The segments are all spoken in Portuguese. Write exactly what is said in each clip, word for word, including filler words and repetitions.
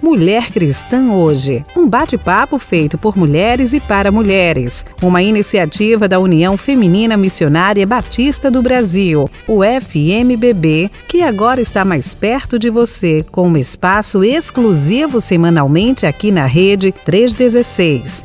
Mulher Cristã Hoje, um bate-papo feito por mulheres e para mulheres, uma iniciativa da União Feminina Missionária Batista do Brasil, o F M B B, que agora está mais perto de você, com um espaço exclusivo semanalmente aqui na Rede trezentos e dezesseis.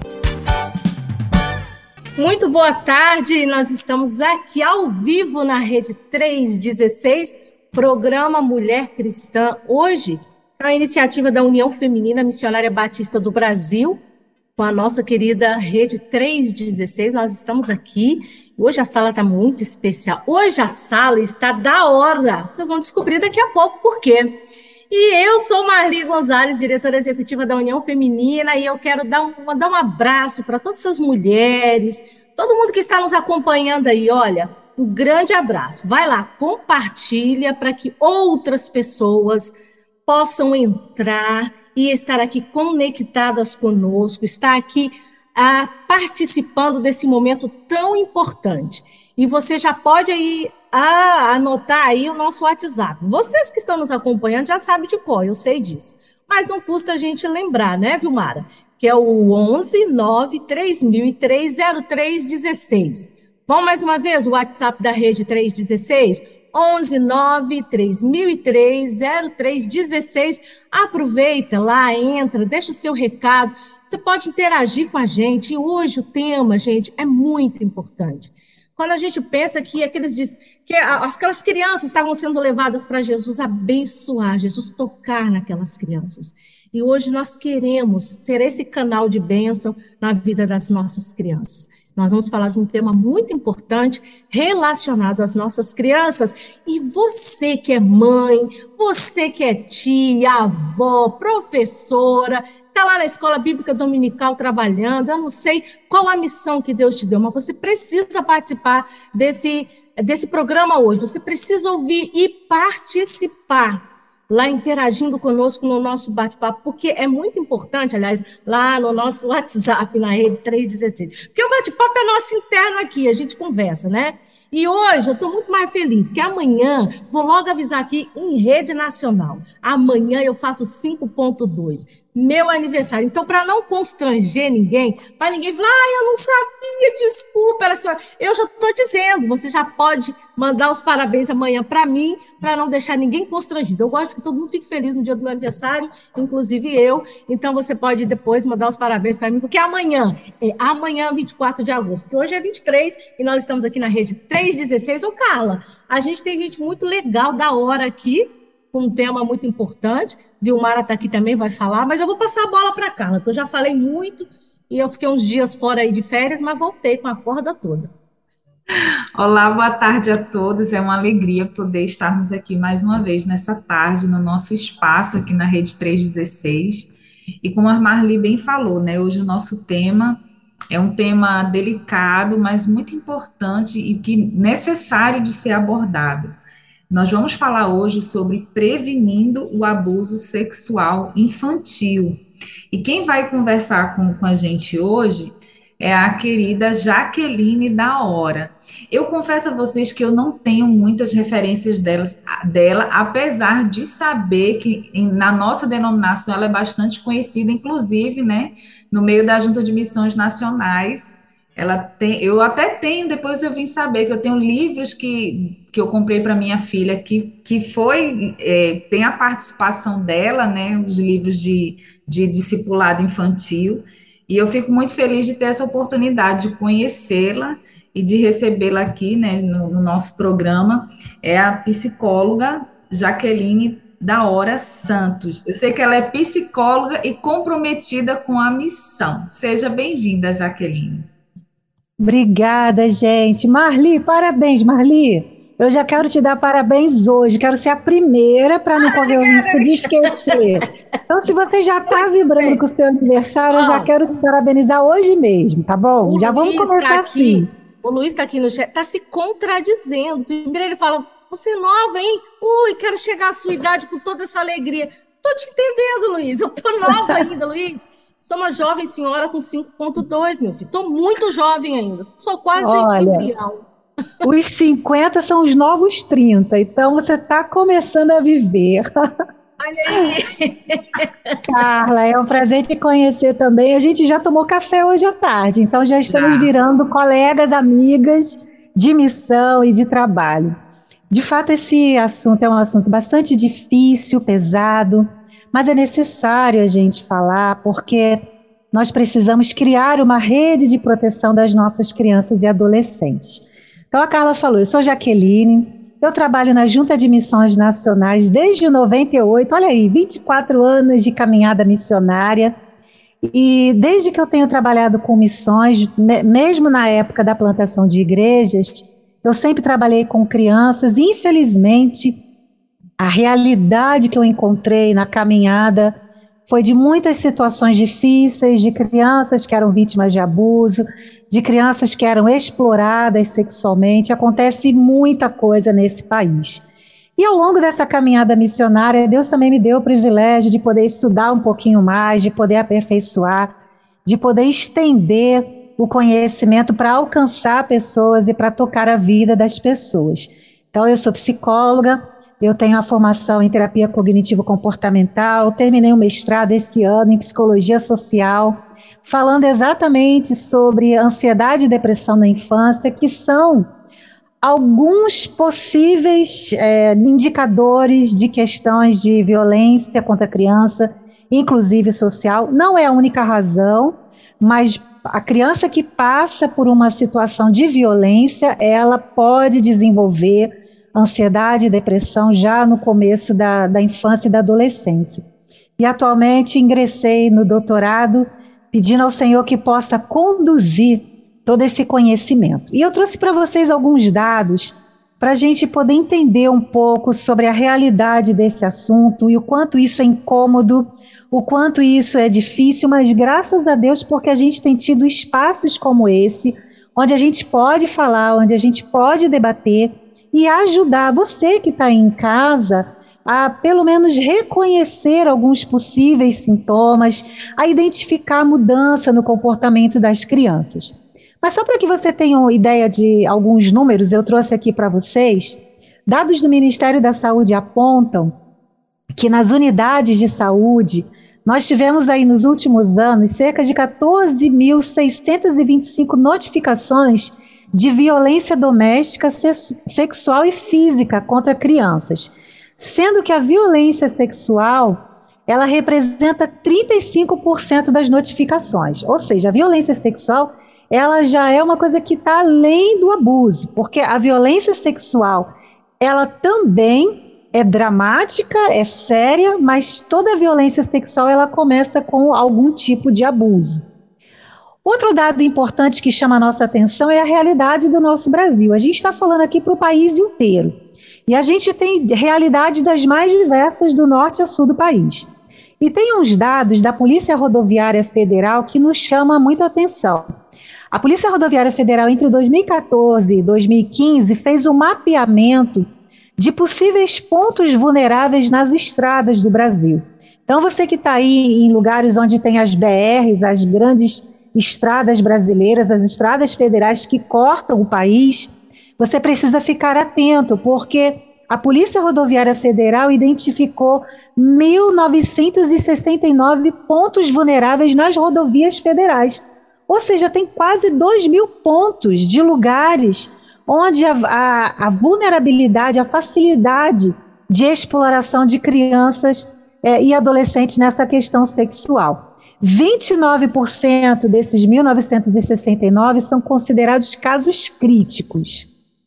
Muito boa tarde, nós estamos aqui ao vivo na Rede trezentos e dezesseis, programa Mulher Cristã Hoje, é uma iniciativa da União Feminina Missionária Batista do Brasil, com a nossa querida Rede trezentos e dezesseis, nós estamos aqui, hoje a sala está muito especial, hoje a sala está da hora, vocês vão descobrir daqui a pouco por quê. E eu sou Marli Gonzalez, diretora executiva da União Feminina, e eu quero dar um, mandar um abraço para todas essas mulheres, todo mundo que está nos acompanhando aí, olha, um grande abraço. Vai lá, compartilha para que outras pessoas possam entrar e estar aqui conectadas conosco, estar aqui ah, participando desse momento tão importante. E você já pode aí ah, anotar aí o nosso WhatsApp. Vocês que estão nos acompanhando já sabem de cor, eu sei disso. Mas não custa a gente lembrar, né, Vilmara? Que é o onze nove três mil e três zero três dezesseis. Vamos mais uma vez, o WhatsApp da Rede trezentos e dezesseis, onze nove três mil e três zero três dezesseis. Aproveita lá, entra, deixa o seu recado. Você pode interagir com a gente. E hoje o tema, gente, é muito importante. Quando a gente pensa que aqueles que aquelas crianças estavam sendo levadas para Jesus abençoar, Jesus tocar naquelas crianças. E hoje nós queremos ser esse canal de bênção na vida das nossas crianças. Nós vamos falar de um tema muito importante relacionado às nossas crianças. E você que é mãe, você que é tia, avó, professora, está lá na escola bíblica dominical trabalhando, eu não sei qual a missão que Deus te deu, mas você precisa participar desse, desse programa hoje, você precisa ouvir e participar, lá interagindo conosco no nosso bate-papo, porque é muito importante, aliás, lá no nosso WhatsApp, na Rede trezentos e dezesseis, porque o bate-papo é nosso interno aqui, a gente conversa, né? E hoje eu estou muito mais feliz, porque amanhã, vou logo avisar aqui em rede nacional, amanhã eu faço cinco ponto dois, meu aniversário. Então, para não constranger ninguém, para ninguém falar, ah, eu não sabia, desculpa, era senhora. Eu já estou dizendo, você já pode mandar os parabéns amanhã para mim, para não deixar ninguém constrangido. Eu gosto que todo mundo fique feliz no dia do meu aniversário, inclusive eu. Então, você pode depois mandar os parabéns para mim, porque amanhã, é amanhã, vinte e quatro de agosto, porque hoje é vinte e três e nós estamos aqui na Rede trezentos e dezesseis. Ô, Carla, a gente tem gente muito legal, da hora aqui, com um tema muito importante. Vilmara está aqui também, vai falar, mas eu vou passar a bola para a Carla, porque eu já falei muito e eu fiquei uns dias fora aí de férias, mas voltei com a corda toda. Olá, boa tarde a todos. É uma alegria poder estarmos aqui mais uma vez nessa tarde, no nosso espaço aqui na Rede trezentos e dezesseis. E como a Marli bem falou, né, hoje o nosso tema é um tema delicado, mas muito importante e que necessário de ser abordado. Nós vamos falar hoje sobre prevenindo o abuso sexual infantil. E quem vai conversar com, com a gente hoje é a querida Jaqueline da Hora. Eu confesso a vocês que eu não tenho muitas referências delas, dela, apesar de saber que em, na nossa denominação ela é bastante conhecida, inclusive, né, no meio da Junta de Missões Nacionais. Ela tem, eu até tenho, depois eu vim saber que eu tenho livros que, que eu comprei para minha filha, que, que foi, é, tem a participação dela, né, os livros de, de discipulado infantil, e eu fico muito feliz de ter essa oportunidade de conhecê-la e de recebê-la aqui, né, no, no nosso programa. É a psicóloga Jaqueline da Hora Santos. Eu sei que ela é psicóloga e comprometida com a missão. Seja bem-vinda, Jaqueline. Obrigada, gente. Marli, parabéns, Marli. Eu já quero te dar parabéns hoje. Quero ser a primeira para não correr o risco de esquecer. Então, se você já está vibrando com o seu aniversário, eu já quero te parabenizar hoje mesmo, tá bom? O Já vamos Luiz começar tá aqui, assim. O Luiz está aqui no chat, está se contradizendo. Primeiro ele fala, você é nova, hein? Ui, quero chegar à sua idade com toda essa alegria. Tô te entendendo, Luiz. Eu tô nova ainda, Luiz. Sou uma jovem senhora com cinco ponto dois, meu filho. Tô muito jovem ainda. Sou quase Olha, embrião. Os cinquenta são os novos trinta, então você está começando a viver. Olha aí. Carla, é um prazer te conhecer também. A gente já tomou café hoje à tarde, então já estamos Já. virando colegas, amigas de missão e de trabalho. De fato, esse assunto é um assunto bastante difícil, pesado, mas é necessário a gente falar porque nós precisamos criar uma rede de proteção das nossas crianças e adolescentes. Então, a Carla falou, eu sou Jaqueline, eu trabalho na Junta de Missões Nacionais desde noventa e oito, olha aí, vinte e quatro anos de caminhada missionária, e desde que eu tenho trabalhado com missões, mesmo na época da plantação de igrejas, eu sempre trabalhei com crianças e, infelizmente, a realidade que eu encontrei na caminhada foi de muitas situações difíceis, de crianças que eram vítimas de abuso, de crianças que eram exploradas sexualmente. Acontece muita coisa nesse país. E ao longo dessa caminhada missionária, Deus também me deu o privilégio de poder estudar um pouquinho mais, de poder aperfeiçoar, de poder estender o conhecimento para alcançar pessoas e para tocar a vida das pessoas. Então, eu sou psicóloga, eu tenho a formação em terapia cognitivo-comportamental, terminei o mestrado esse ano em psicologia social, falando exatamente sobre ansiedade e depressão na infância, que são alguns possíveis é, indicadores de questões de violência contra a criança, inclusive social. Não é a única razão, mas a criança que passa por uma situação de violência, ela pode desenvolver ansiedade e depressão já no começo da, da infância e da adolescência. E atualmente ingressei no doutorado, pedindo ao Senhor que possa conduzir todo esse conhecimento. E eu trouxe para vocês alguns dados para a gente poder entender um pouco sobre a realidade desse assunto e o quanto isso é incômodo, o quanto isso é difícil, mas graças a Deus porque a gente tem tido espaços como esse, onde a gente pode falar, onde a gente pode debater e ajudar você que está aí em casa a pelo menos reconhecer alguns possíveis sintomas, a identificar mudança no comportamento das crianças. Mas só para que você tenha uma ideia de alguns números, eu trouxe aqui para vocês, dados do Ministério da Saúde apontam que nas unidades de saúde, nós tivemos aí nos últimos anos cerca de quatorze mil seiscentos e vinte e cinco notificações de violência doméstica, sexual e física contra crianças, sendo que a violência sexual, ela representa trinta e cinco por cento das notificações, ou seja, a violência sexual, ela já é uma coisa que está além do abuso, porque a violência sexual, ela também é dramática, é séria, mas toda violência sexual, ela começa com algum tipo de abuso. Outro dado importante que chama a nossa atenção é a realidade do nosso Brasil. A gente está falando aqui para o país inteiro. E a gente tem realidades das mais diversas do norte a sul do país. E tem uns dados da Polícia Rodoviária Federal que nos chamam muita atenção. A Polícia Rodoviária Federal, entre dois mil e quatorze e dois mil e quinze, fez um mapeamento de possíveis pontos vulneráveis nas estradas do Brasil. Então, você que está aí em lugares onde tem as B Rs, as grandes estradas brasileiras, as estradas federais que cortam o país, você precisa ficar atento, porque a Polícia Rodoviária Federal identificou mil novecentos e sessenta e nove pontos vulneráveis nas rodovias federais. Ou seja, tem quase dois mil pontos de lugares onde a, a, a vulnerabilidade, a facilidade de exploração de crianças é, e adolescentes nessa questão sexual. vinte e nove por cento desses mil novecentos e sessenta e nove são considerados casos críticos.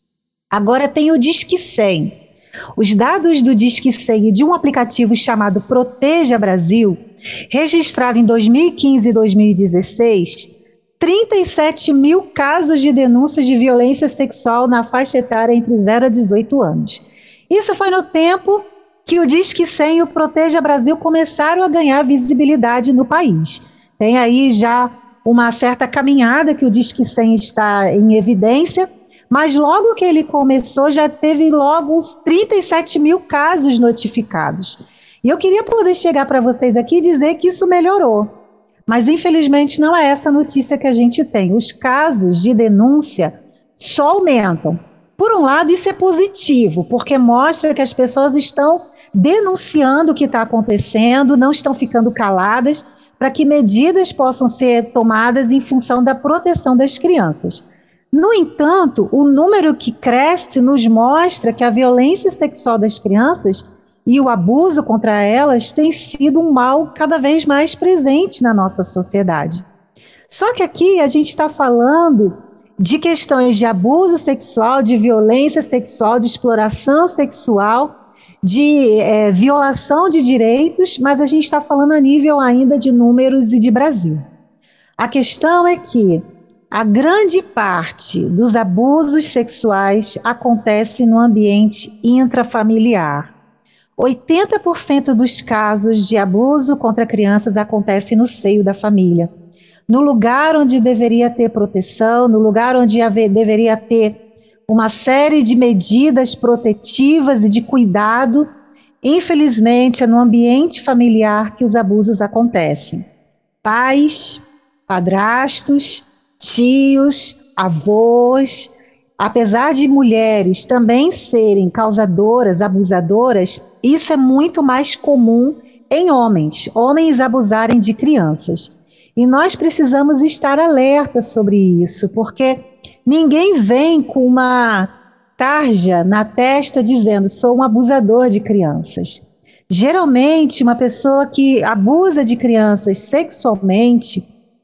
Agora tem o Disque cem. Os dados do Disque cem e de um aplicativo chamado Proteja Brasil, registrado em dois mil e quinze e dois mil e dezesseis, trinta e sete mil casos de denúncias de violência sexual na faixa etária entre zero a dezoito anos. Isso foi no tempo que o Disque cem e o Proteja Brasil começaram a ganhar visibilidade no país. Tem aí já uma certa caminhada que o Disque cem está em evidência, mas logo que ele começou já teve logo uns trinta e sete mil casos notificados. E eu queria poder chegar para vocês aqui e dizer que isso melhorou, mas infelizmente não é essa notícia que a gente tem. Os casos de denúncia só aumentam. Por um lado, isso é positivo, porque mostra que as pessoas estão denunciando o que está acontecendo, não estão ficando caladas, para que medidas possam ser tomadas em função da proteção das crianças. No entanto, o número que cresce nos mostra que a violência sexual das crianças e o abuso contra elas tem sido um mal cada vez mais presente na nossa sociedade. Só que aqui a gente está falando de questões de abuso sexual, de violência sexual, de exploração sexual, de é, violação de direitos, mas a gente está falando a nível ainda de números e de Brasil. A questão é que a grande parte dos abusos sexuais acontece no ambiente intrafamiliar. oitenta por cento dos casos de abuso contra crianças acontece no seio da família, no lugar onde deveria ter proteção, no lugar onde haver, deveria ter uma série de medidas protetivas e de cuidado. Infelizmente, é no ambiente familiar que os abusos acontecem. Pais, padrastos, tios, avós, apesar de mulheres também serem causadoras, abusadoras, isso é muito mais comum em homens, homens abusarem de crianças. E nós precisamos estar alertas sobre isso, porque ninguém vem com uma tarja na testa dizendo sou um abusador de crianças. Geralmente, uma pessoa que abusa de crianças sexualmente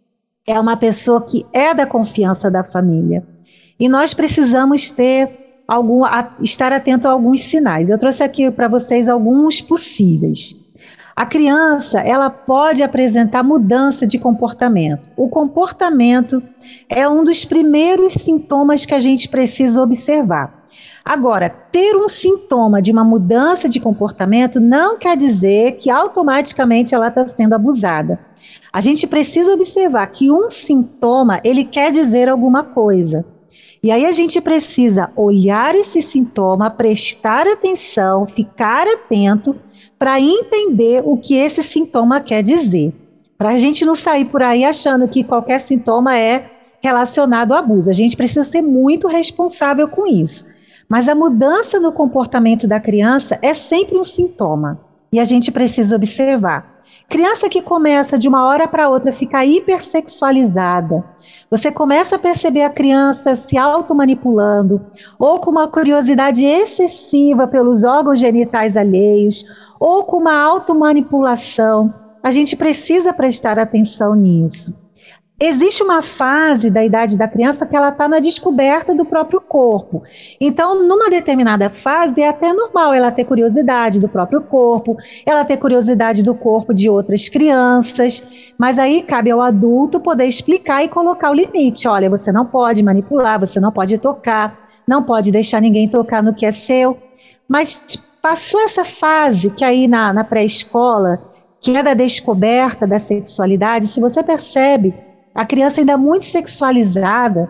é uma pessoa que é da confiança da família. E nós precisamos ter algum, a, estar atento a alguns sinais. Eu trouxe aqui para vocês alguns possíveis. A criança, ela pode apresentar mudança de comportamento. O comportamento é um dos primeiros sintomas que a gente precisa observar. Agora, ter um sintoma de uma mudança de comportamento não quer dizer que automaticamente ela está sendo abusada. A gente precisa observar que um sintoma, ele quer dizer alguma coisa. E aí a gente precisa olhar esse sintoma, prestar atenção, ficar atento para entender o que esse sintoma quer dizer. Para a gente não sair por aí achando que qualquer sintoma é relacionado ao abuso. A gente precisa ser muito responsável com isso. Mas a mudança no comportamento da criança é sempre um sintoma. E a gente precisa observar. Criança que começa de uma hora para outra a ficar hipersexualizada, você começa a perceber a criança se automanipulando, ou com uma curiosidade excessiva pelos órgãos genitais alheios, ou com uma automanipulação, a gente precisa prestar atenção nisso. Existe uma fase da idade da criança que ela está na descoberta do próprio corpo. Então, numa determinada fase, é até normal ela ter curiosidade do próprio corpo, ela ter curiosidade do corpo de outras crianças, mas aí cabe ao adulto poder explicar e colocar o limite. Olha, você não pode manipular, você não pode tocar, não pode deixar ninguém tocar no que é seu. Mas passou essa fase que aí na, na pré-escola, que é da descoberta da sexualidade, se você percebe a criança ainda muito sexualizada,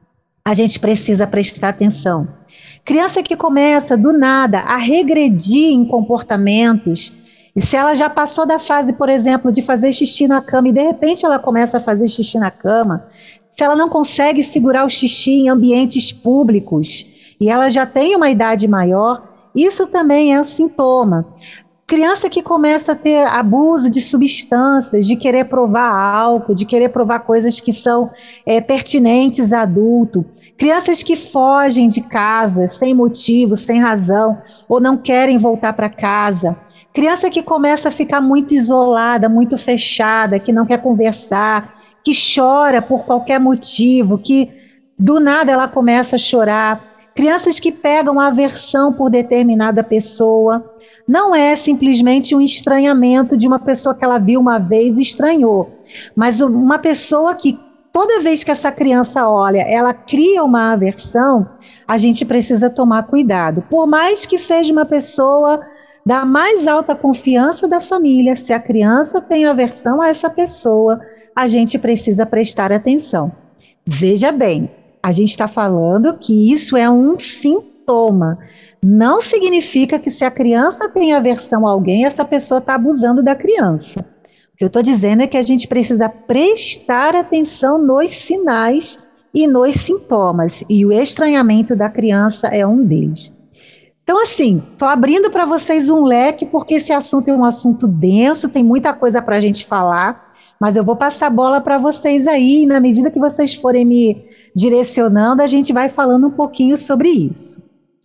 a gente precisa prestar atenção. Criança que começa do nada a regredir em comportamentos, e se ela já passou da fase, por exemplo, de fazer xixi na cama e de repente ela começa a fazer xixi na cama, se ela não consegue segurar o xixi em ambientes públicos e ela já tem uma idade maior, isso também é um sintoma. Criança que começa a ter abuso de substâncias, de querer provar álcool, de querer provar coisas que são é, pertinentes a adulto. Crianças que fogem de casa sem motivo, sem razão, ou não querem voltar para casa. Criança que começa a ficar muito isolada, muito fechada, que não quer conversar, que chora por qualquer motivo, que do nada ela começa a chorar. Crianças que pegam aversão por determinada pessoa. Não é simplesmente um estranhamento de uma pessoa que ela viu uma vez e estranhou, mas uma pessoa que toda vez que essa criança olha, ela cria uma aversão, a gente precisa tomar cuidado. Por mais que seja uma pessoa da mais alta confiança da família, se a criança tem aversão a essa pessoa, a gente precisa prestar atenção. Veja bem, a gente está falando que isso é um sintoma. Não significa que se a criança tem aversão a alguém, essa pessoa está abusando da criança. O que eu estou dizendo é que a gente precisa prestar atenção nos sinais e nos sintomas, e o estranhamento da criança é um deles. Então, assim, estou abrindo para vocês um leque, porque esse assunto é um assunto denso, tem muita coisa para a gente falar, mas eu vou passar a bola para vocês aí, e na medida que vocês forem me direcionando, a gente vai falando um pouquinho sobre isso.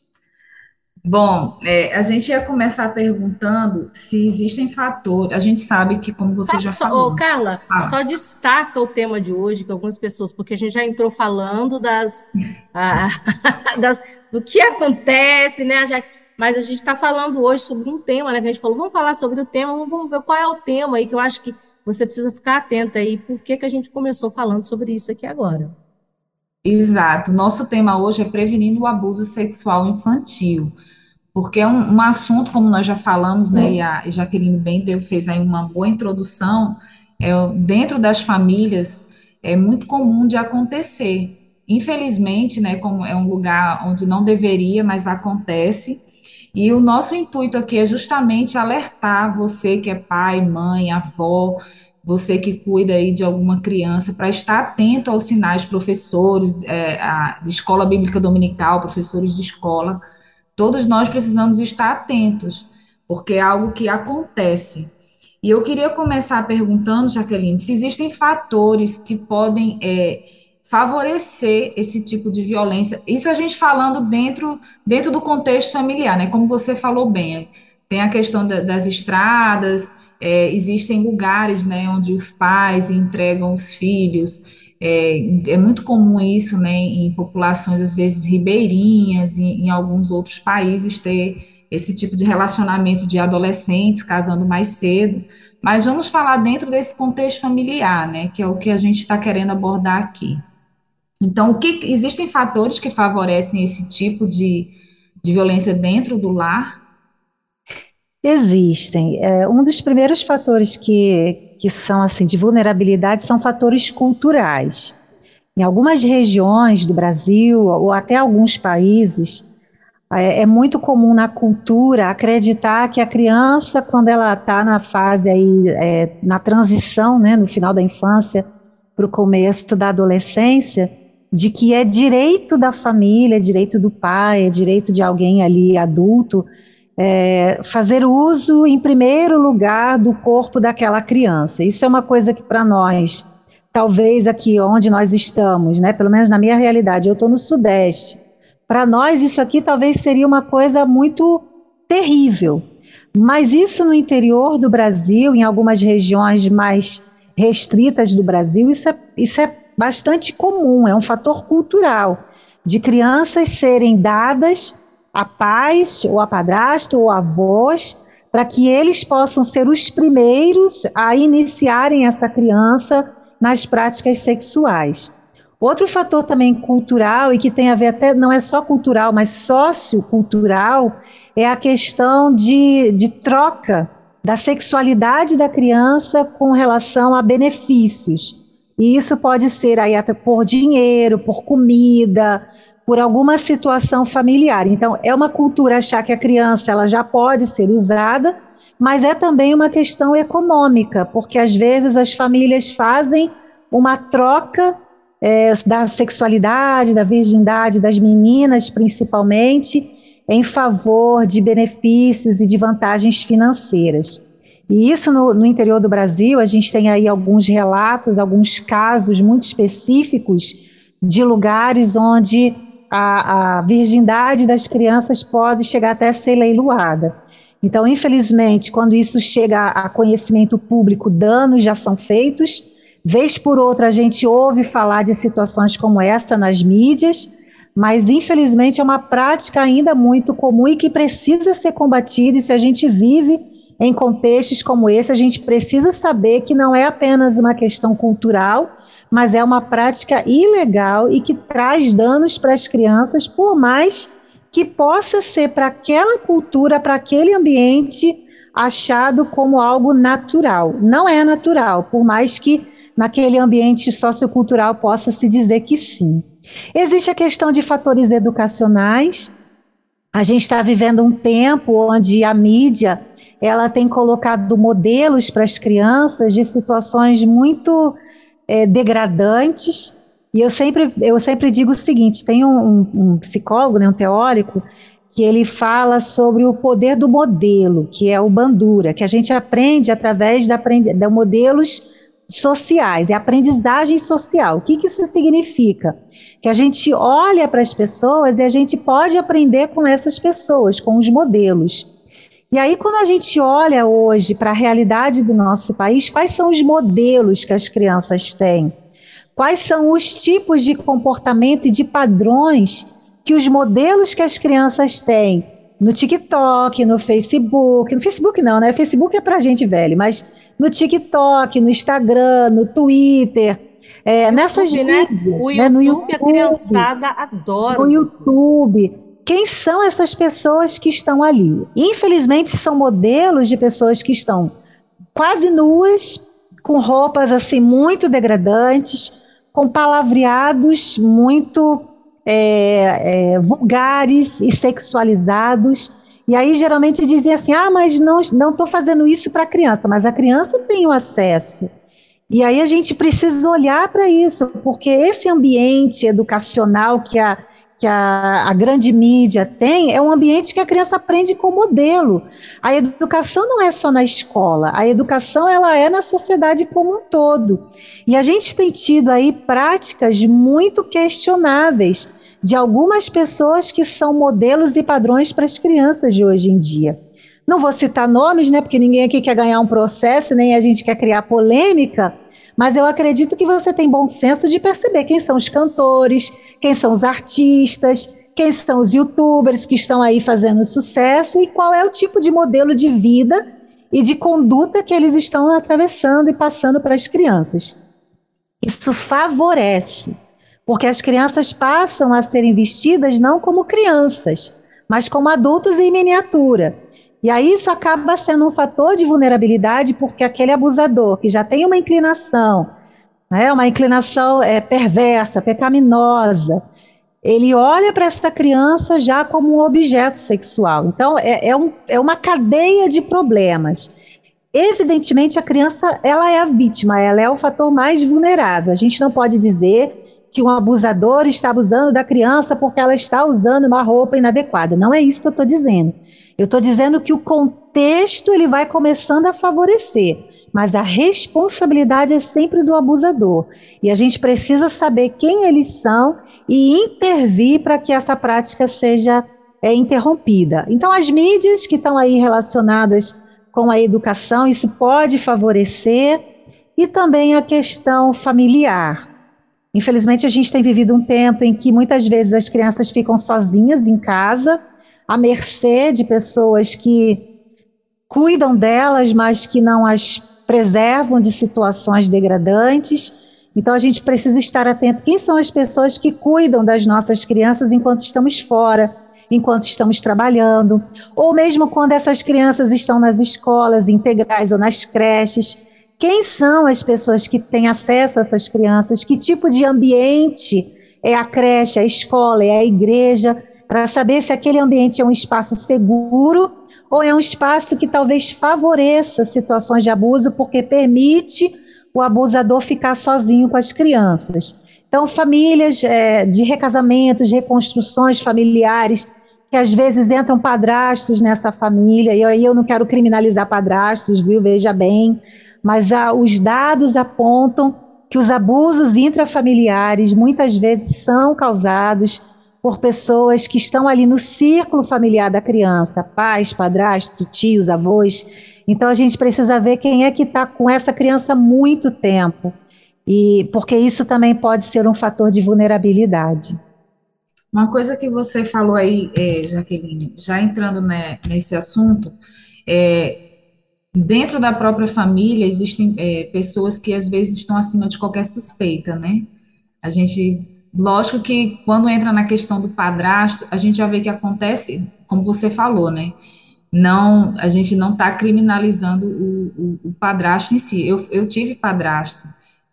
Bom, é, a gente ia começar perguntando se existem fatores. A gente sabe que, como você já Só, ô, falou, Carla, ah, só destaca o tema de hoje que algumas pessoas, porque a gente já entrou falando das, ah, das- do que acontece, né? Já- mas a gente está falando hoje sobre um tema, né? Que a gente falou, vamos falar sobre o tema, vamos vamos ver qual é o tema aí, que eu acho que você precisa ficar atenta aí, por que que a gente começou falando sobre isso aqui agora. exato. Nosso tema hoje é prevenindo o abuso sexual infantil. Porque é um, um assunto, como nós já falamos, né, e a Jaqueline bem deu, fez aí uma boa introdução, é, dentro das famílias é muito comum de acontecer. Infelizmente, né, como é um lugar onde não deveria, mas acontece, e o nosso intuito aqui é justamente alertar você que é pai, mãe, avó, você que cuida aí de alguma criança, para estar atento aos sinais, professores, é, a, de escola bíblica dominical, professores de escola, todos nós precisamos estar atentos, porque é algo que acontece. E eu queria começar perguntando, Jaqueline, se existem fatores que podem é, favorecer esse tipo de violência. Isso a gente falando dentro, dentro do contexto familiar, né? Como você falou bem, tem a questão da- das estradas, é, existem lugares, né, onde os pais entregam os filhos. É, é muito comum isso, né, em populações, às vezes, ribeirinhas, em, em alguns outros países, ter esse tipo de relacionamento de adolescentes casando mais cedo. Mas vamos falar dentro desse contexto familiar, né, que é o que a gente está querendo abordar aqui. Então, o que existem fatores que favorecem esse tipo de, de violência dentro do lar? Existem. É, um dos primeiros fatores que, que são assim de vulnerabilidade são fatores culturais. Em algumas regiões do Brasil, ou até alguns países, é, é muito comum na cultura acreditar que a criança, quando ela está na fase aí, é, na transição, né, no final da infância para o começo da adolescência, de que é direito da família, é direito do pai, é direito de alguém ali adulto, é, fazer uso em primeiro lugar do corpo daquela criança. Isso é uma coisa que para nós, talvez aqui onde nós estamos, né, pelo menos na minha realidade, eu estou no Sudeste, para nós isso aqui talvez seria uma coisa muito terrível, mas isso no interior do Brasil, em algumas regiões mais restritas do Brasil, isso é, isso é bastante comum, é um fator cultural, de crianças serem dadas a pais, ou a padrasto, ou a avós, para que eles possam ser os primeiros a iniciarem essa criança nas práticas sexuais. Outro fator também cultural, e que tem a ver até, não é só cultural, mas sociocultural, é a questão de, de troca da sexualidade da criança com relação a benefícios. E isso pode ser aí até por dinheiro, por comida, por alguma situação familiar. Então, é uma cultura achar que a criança ela já pode ser usada, mas é também uma questão econômica, porque às vezes as famílias fazem uma troca é, da sexualidade, da virgindade das meninas, principalmente, em favor de benefícios e de vantagens financeiras. E isso no, no interior do Brasil, a gente tem aí alguns relatos, alguns casos muito específicos de lugares onde a, a virgindade das crianças pode chegar até a ser leiloada. Então, infelizmente, quando isso chega a conhecimento público, danos já são feitos. Vez por outra, a gente ouve falar de situações como essa nas mídias, mas infelizmente é uma prática ainda muito comum e que precisa ser combatida, e se a gente vive em contextos como esse, a gente precisa saber que não é apenas uma questão cultural, mas é uma prática ilegal e que traz danos para as crianças, por mais que possa ser para aquela cultura, para aquele ambiente, achado como algo natural. Não é natural, por mais que naquele ambiente sociocultural possa se dizer que sim. Existe a questão de fatores educacionais. A gente está vivendo um tempo onde a mídia ela tem colocado modelos para as crianças de situações muito é, degradantes. E eu sempre, eu sempre digo o seguinte, tem um, um, um psicólogo, né, um teórico, que ele fala sobre o poder do modelo, que é o Bandura, que a gente aprende através da, de modelos sociais, é aprendizagem social. O que, que isso significa? Que a gente olha para as pessoas e a gente pode aprender com essas pessoas, com os modelos. E aí, quando a gente olha hoje para a realidade do nosso país, quais são os modelos que as crianças têm? Quais são os tipos de comportamento e de padrões que os modelos que as crianças têm no TikTok, no Facebook, no Facebook não, né? Facebook é para gente velha, mas no TikTok, no Instagram, no Twitter, é, YouTube, nessas né? mídias, O né? No YouTube, YouTube, a criançada adora. no YouTube. Quem são essas pessoas que estão ali? Infelizmente, são modelos de pessoas que estão quase nuas, com roupas assim muito degradantes, com palavreados muito é, é, vulgares e sexualizados. E aí geralmente dizem assim, ah, mas não estou fazendo isso para a criança, mas a criança tem o acesso. E aí a gente precisa olhar para isso, porque esse ambiente educacional que a que a, a grande mídia tem, é um ambiente que a criança aprende com modelo. A educação não é só na escola, a educação ela é na sociedade como um todo. E a gente tem tido aí práticas muito questionáveis de algumas pessoas que são modelos e padrões para as crianças de hoje em dia. Não vou citar nomes, né, porque ninguém aqui quer ganhar um processo, nem a gente quer criar polêmica, mas eu acredito que você tem bom senso de perceber quem são os cantores, quem são os artistas, quem são os youtubers que estão aí fazendo sucesso e qual é o tipo de modelo de vida e de conduta que eles estão atravessando e passando para as crianças. Isso favorece, porque as crianças passam a serem vestidas não como crianças, mas como adultos em miniatura. E aí isso acaba sendo um fator de vulnerabilidade, porque aquele abusador que já tem uma inclinação, né, uma inclinação é, perversa, pecaminosa, ele olha para essa criança já como um objeto sexual. Então é, é, um, é uma cadeia de problemas. Evidentemente a criança ela é a vítima, ela é o fator mais vulnerável. A gente não pode dizer que um abusador está abusando da criança porque ela está usando uma roupa inadequada. Não é isso que eu estou dizendo. Eu estou dizendo que o contexto ele vai começando a favorecer, mas a responsabilidade é sempre do abusador. E a gente precisa saber quem eles são e intervir para que essa prática seja é, interrompida. Então, as mídias que estão aí relacionadas com a educação, isso pode favorecer, e também a questão familiar. Infelizmente, a gente tem vivido um tempo em que muitas vezes as crianças ficam sozinhas em casa, à mercê de pessoas que cuidam delas, mas que não as preservam de situações degradantes. Então, a gente precisa estar atento. Quem são as pessoas que cuidam das nossas crianças enquanto estamos fora, enquanto estamos trabalhando, ou mesmo quando essas crianças estão nas escolas integrais ou nas creches? Quem são as pessoas que têm acesso a essas crianças? Que tipo de ambiente é a creche, a escola, é a igreja? Para saber se aquele ambiente é um espaço seguro ou é um espaço que talvez favoreça situações de abuso, porque permite o abusador ficar sozinho com as crianças. Então, famílias é, de recasamentos, reconstruções familiares, que às vezes entram padrastos nessa família, e aí eu não quero criminalizar padrastos, viu? Veja bem, mas ah, os dados apontam que os abusos intrafamiliares muitas vezes são causados por pessoas que estão ali no círculo familiar da criança, pais, padrasto, tios, avós. Então a gente precisa ver quem é que está com essa criança há muito tempo, e porque isso também pode ser um fator de vulnerabilidade. Uma coisa que você falou aí, é, Jaqueline, já entrando, né, nesse assunto, é, dentro da própria família existem é, pessoas que às vezes estão acima de qualquer suspeita, né? A gente, lógico que quando entra na questão do padrasto, a gente já vê que acontece, como você falou, né? Não, a gente não está criminalizando o, o, o padrasto em si. Eu, eu tive padrasto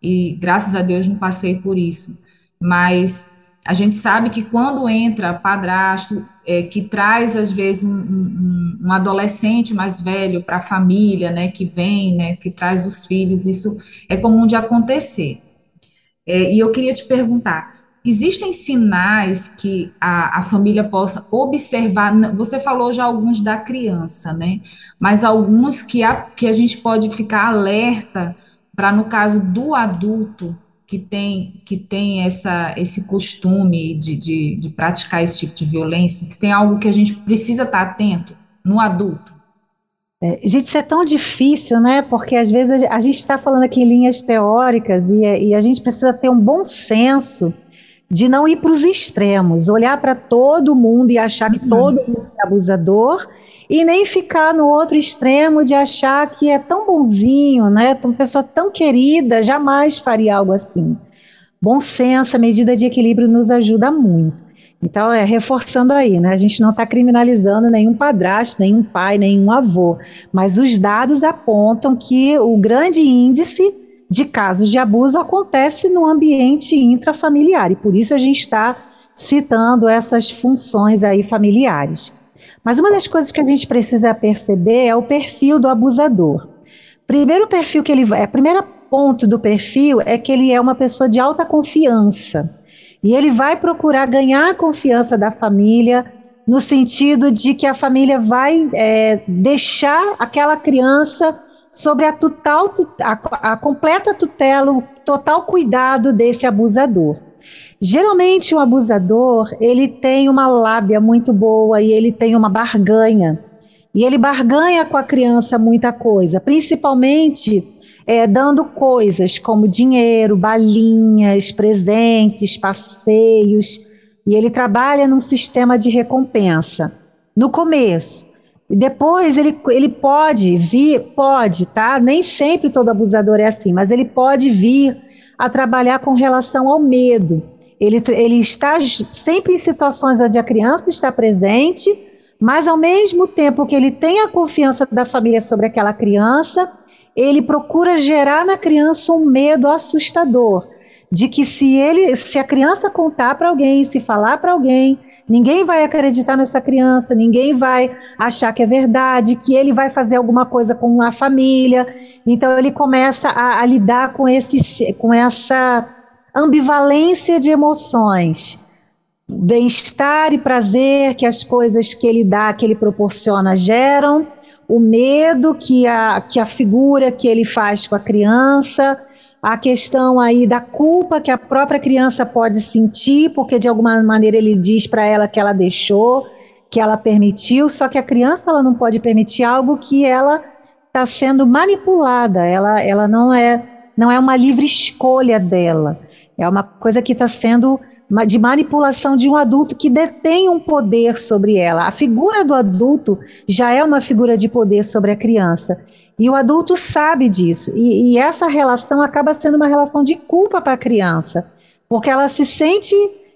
e graças a Deus não passei por isso, mas a gente sabe que quando entra padrasto, é, que traz às vezes um, um, um adolescente mais velho para a família, né, que vem, né, que traz os filhos, isso é comum de acontecer. É, e eu queria te perguntar, existem sinais que a, a família possa observar? N- Você falou já alguns da criança, né? Mas alguns que a, que a gente pode ficar alerta para, no caso do adulto, que tem, que tem essa, esse costume de, de, de praticar esse tipo de violência, se tem algo que a gente precisa estar atento no adulto. É, gente, isso é tão difícil, né? Porque às vezes a, a gente está falando aqui em linhas teóricas e, e a gente precisa ter um bom senso de não ir para os extremos, olhar para todo mundo e achar que todo Uhum. mundo é abusador, e nem ficar no outro extremo de achar que é tão bonzinho, né? Uma pessoa tão querida, jamais faria algo assim. Bom senso, a medida de equilíbrio nos ajuda muito. Então, é reforçando aí, né? A gente não está criminalizando nenhum padrasto, nenhum pai, nenhum avô, mas os dados apontam que o grande índice de casos de abuso acontece no ambiente intrafamiliar, e por isso a gente está citando essas funções aí familiares. Mas uma das coisas que a gente precisa perceber é o perfil do abusador. Primeiro perfil que ele vai, a primeira ponto do perfil é que ele é uma pessoa de alta confiança. E ele vai procurar ganhar a confiança da família, no sentido de que a família vai é, deixar aquela criança sobre a, total, a, a completa tutela, o total cuidado desse abusador. Geralmente o abusador, ele tem uma lábia muito boa e ele tem uma barganha. E ele barganha com a criança muita coisa, principalmente é, dando coisas como dinheiro, balinhas, presentes, passeios. E ele trabalha num sistema de recompensa no começo. E depois ele, ele pode vir, pode, tá? Nem sempre todo abusador é assim, mas ele pode vir a trabalhar com relação ao medo. Ele, ele está sempre em situações onde a criança está presente, mas ao mesmo tempo que ele tem a confiança da família sobre aquela criança, ele procura gerar na criança um medo assustador, de que se ele, se a criança contar para alguém, se falar para alguém, ninguém vai acreditar nessa criança, ninguém vai achar que é verdade, que ele vai fazer alguma coisa com a família. Então ele começa a, a lidar com, esse, com essa ambivalência de emoções, bem-estar e prazer que as coisas que ele dá, que ele proporciona geram, o medo que a, que a figura que ele faz com a criança, a questão aí da culpa que a própria criança pode sentir, porque de alguma maneira ele diz para ela que ela deixou, que ela permitiu, só que a criança ela não pode permitir algo que ela está sendo manipulada, ela, ela não é, não é uma livre escolha dela, é uma coisa que está sendo de manipulação de um adulto que detém um poder sobre ela. A figura do adulto já é uma figura de poder sobre a criança. E o adulto sabe disso. E, e essa relação acaba sendo uma relação de culpa para a criança, porque ela se sente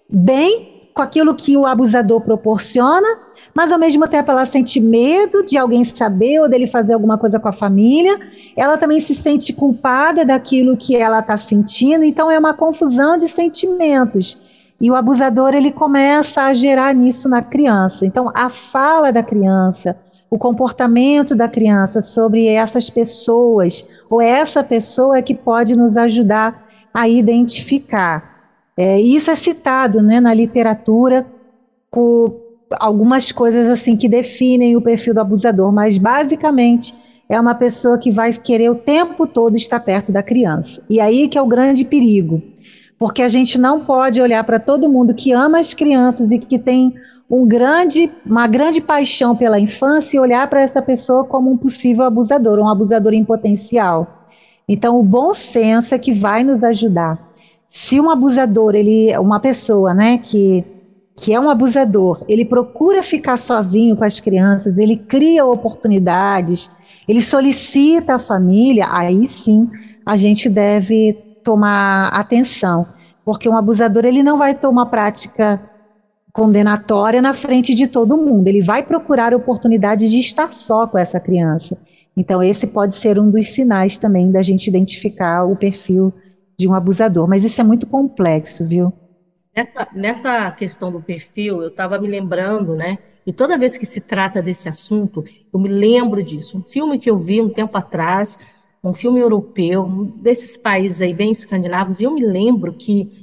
bem com aquilo que o abusador proporciona, mas ao mesmo tempo ela sente medo de alguém saber ou dele fazer alguma coisa com a família. Ela também se sente culpada daquilo que ela está sentindo. Então é uma confusão de sentimentos. E o abusador ele começa a gerar nisso na criança. Então, a fala da criança, o comportamento da criança sobre essas pessoas, ou essa pessoa é que pode nos ajudar a identificar. É, isso é citado, né, na literatura, com algumas coisas assim que definem o perfil do abusador, mas basicamente é uma pessoa que vai querer o tempo todo estar perto da criança. E aí que é o grande perigo. Porque a gente não pode olhar para todo mundo que ama as crianças e que tem um grande, uma grande paixão pela infância e olhar para essa pessoa como um possível abusador, um abusador em potencial. Então, o bom senso é que vai nos ajudar. Se um abusador, ele, uma pessoa, né, que, que é um abusador, ele procura ficar sozinho com as crianças, ele cria oportunidades, ele solicita a família, aí sim a gente deve tomar atenção, porque um abusador ele não vai ter uma prática condenatória na frente de todo mundo, ele vai procurar oportunidade de estar só com essa criança. Então esse pode ser um dos sinais também da gente identificar o perfil de um abusador, mas isso é muito complexo, viu? Nessa, nessa questão do perfil, eu estava me lembrando, né? E toda vez que se trata desse assunto, eu me lembro disso. Um filme que eu vi um tempo atrás, um filme europeu, um desses países aí bem escandinavos, e eu me lembro que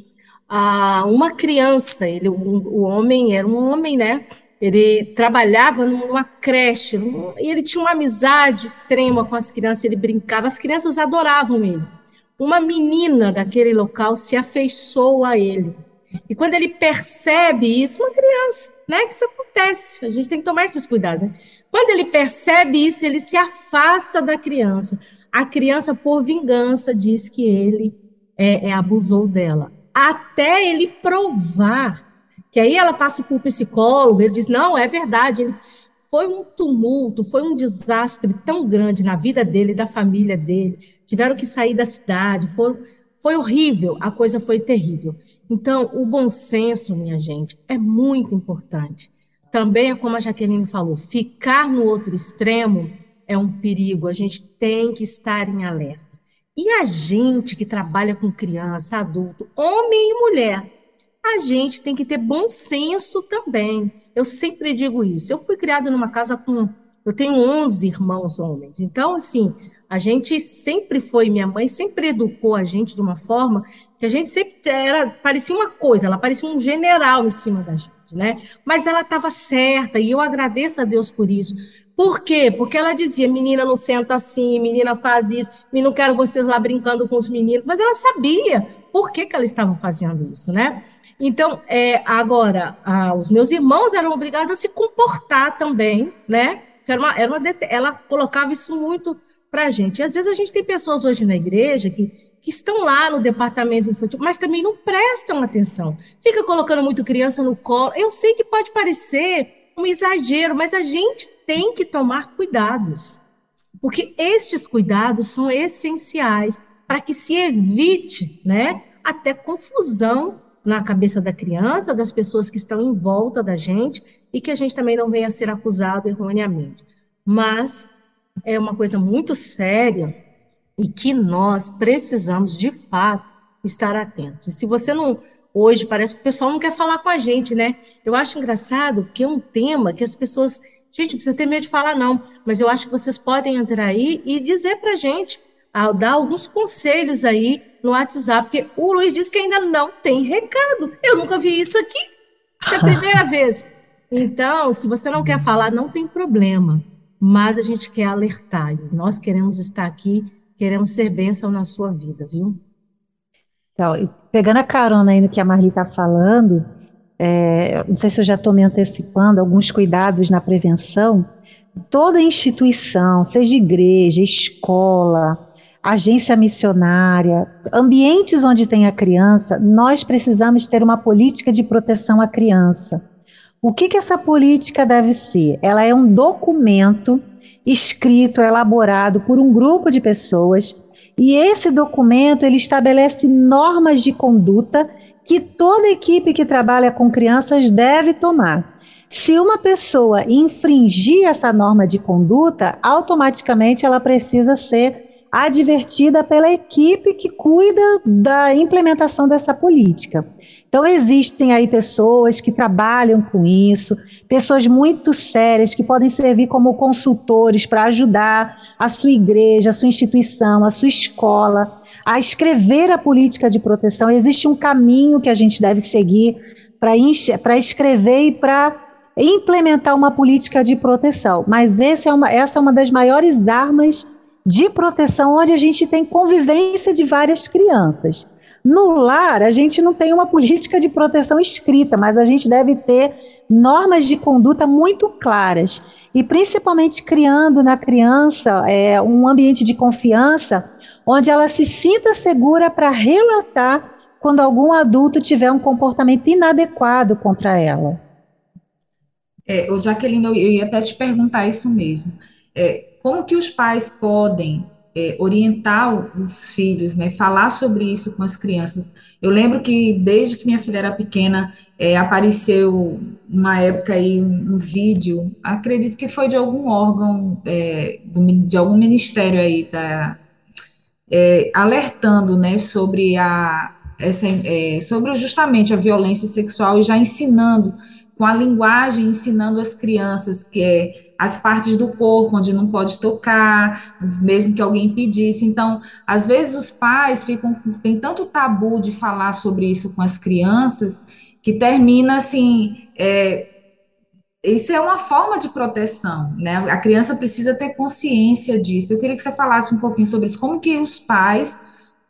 a uma criança. Ele, o, o homem era um homem, né? Ele trabalhava numa creche num- e ele tinha uma amizade extrema com as crianças. Ele brincava, as crianças adoravam ele. Uma menina daquele local se afeiçoou a ele. E quando ele percebe isso, uma criança, né? Que isso acontece, a gente tem que tomar esses cuidados, né? Quando ele percebe isso, ele se afasta da criança. A criança, por vingança, diz que ele é, é, abusou dela. Até ele provar. Que aí ela passa por psicólogo, ele diz, não, é verdade. Ele, foi um tumulto, foi um desastre tão grande na vida dele e da família dele. Tiveram que sair da cidade, foi, foi horrível, a coisa foi terrível. Então, o bom senso, minha gente, é muito importante. Também é como a Jaqueline falou, ficar no outro extremo é um perigo, a gente tem que estar em alerta. E a gente que trabalha com criança, adulto, homem e mulher, a gente tem que ter bom senso também. Eu sempre digo isso. Eu fui criada numa casa com. Eu tenho onze irmãos homens. Então, assim, a gente sempre foi. Minha mãe sempre educou a gente de uma forma que a gente sempre era. Parecia uma coisa, ela parecia um general em cima da gente, né? Mas ela estava certa e eu agradeço a Deus por isso. Por quê? Porque ela dizia: menina, não senta assim, menina, faz isso, e não quero vocês lá brincando com os meninos. Mas ela sabia por que, que ela estava fazendo isso, né? Então, é, agora, ah, os meus irmãos eram obrigados a se comportar também, né? Que Era uma, era uma, dete- ela colocava isso muito para a gente. E às vezes a gente tem pessoas hoje na igreja que, que estão lá no departamento infantil, mas também não prestam atenção. Fica colocando muito criança no colo. Eu sei que pode parecer um exagero, mas a gente tem que tomar cuidados, porque estes cuidados são essenciais para que se evite, né, até confusão na cabeça da criança, das pessoas que estão em volta da gente e que a gente também não venha a ser acusado erroneamente. Mas é uma coisa muito séria e que nós precisamos, de fato, estar atentos. E se você não. Hoje parece que o pessoal não quer falar com a gente, né? Eu acho engraçado que é um tema que as pessoas. Gente, não precisa ter medo de falar, não, mas eu acho que vocês podem entrar aí e dizer para a gente, ah, dar alguns conselhos aí no WhatsApp, porque o Luiz disse que ainda não tem recado. Eu nunca vi isso aqui. Isso é a primeira vez. Então, se você não quer falar, não tem problema. Mas a gente quer alertar. E nós queremos estar aqui, queremos ser bênção na sua vida, viu? Então, e pegando a carona aí no que a Marli está falando, é, não sei se eu já estou me antecipando, alguns cuidados na prevenção. Toda instituição, seja igreja, escola, agência missionária, ambientes onde tem a criança, nós precisamos ter uma política de proteção à criança. O que que essa política deve ser? Ela é um documento escrito, elaborado por um grupo de pessoas, e esse documento ele estabelece normas de conduta que toda equipe que trabalha com crianças deve tomar. Se uma pessoa infringir essa norma de conduta, automaticamente ela precisa ser advertida pela equipe que cuida da implementação dessa política. Então, existem aí pessoas que trabalham com isso, pessoas muito sérias que podem servir como consultores para ajudar a sua igreja, a sua instituição, a sua escola a escrever a política de proteção. Existe um caminho que a gente deve seguir para escrever e para implementar uma política de proteção. Mas esse é uma, essa é uma das maiores armas de proteção onde a gente tem convivência de várias crianças. No lar, a gente não tem uma política de proteção escrita, mas a gente deve ter normas de conduta muito claras e principalmente criando na criança é, um ambiente de confiança onde ela se sinta segura para relatar quando algum adulto tiver um comportamento inadequado contra ela. É, ô, Jaqueline, eu eu ia até te perguntar isso mesmo. É, como que os pais podem é, orientar o- os filhos, né, falar sobre isso com as crianças? Eu lembro que desde que minha filha era pequena, é, apareceu uma época aí um, um vídeo, acredito que foi de algum órgão, é, do mi- de algum ministério aí da, é, alertando, né, sobre a essa, é, sobre justamente a violência sexual e já ensinando com a linguagem, ensinando as crianças que é as partes do corpo onde não pode tocar, mesmo que alguém pedisse. Então, às vezes os pais ficam tem tanto tabu de falar sobre isso com as crianças que termina assim, é, isso é uma forma de proteção, né? A criança precisa ter consciência disso. Eu queria que você falasse um pouquinho sobre isso, como que os pais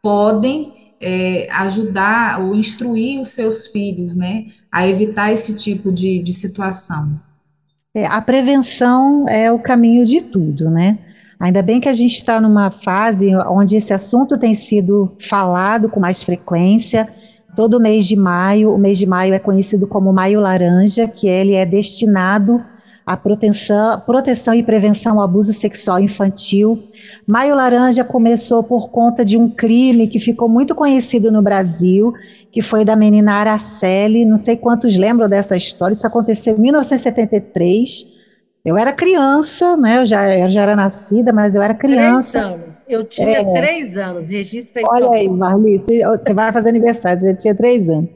podem é, ajudar ou instruir os seus filhos, né, a evitar esse tipo de, de situação. É, a prevenção é o caminho de tudo, né? Ainda bem que a gente está numa fase onde esse assunto tem sido falado com mais frequência. Todo mês de maio, o mês de maio é conhecido como Maio Laranja, que ele é destinado à proteção, proteção e prevenção ao abuso sexual infantil. Maio Laranja começou por conta de um crime que ficou muito conhecido no Brasil, que foi da menina Araceli. Não sei quantos lembram dessa história. Isso aconteceu em mil novecentos e setenta e três. Eu era criança, né? Eu já, eu já era nascida, mas eu era Três criança. anos. Eu tinha três anos. Registra aí, por Olha aí, favor. Marli, você, você vai fazer aniversário, você tinha três anos.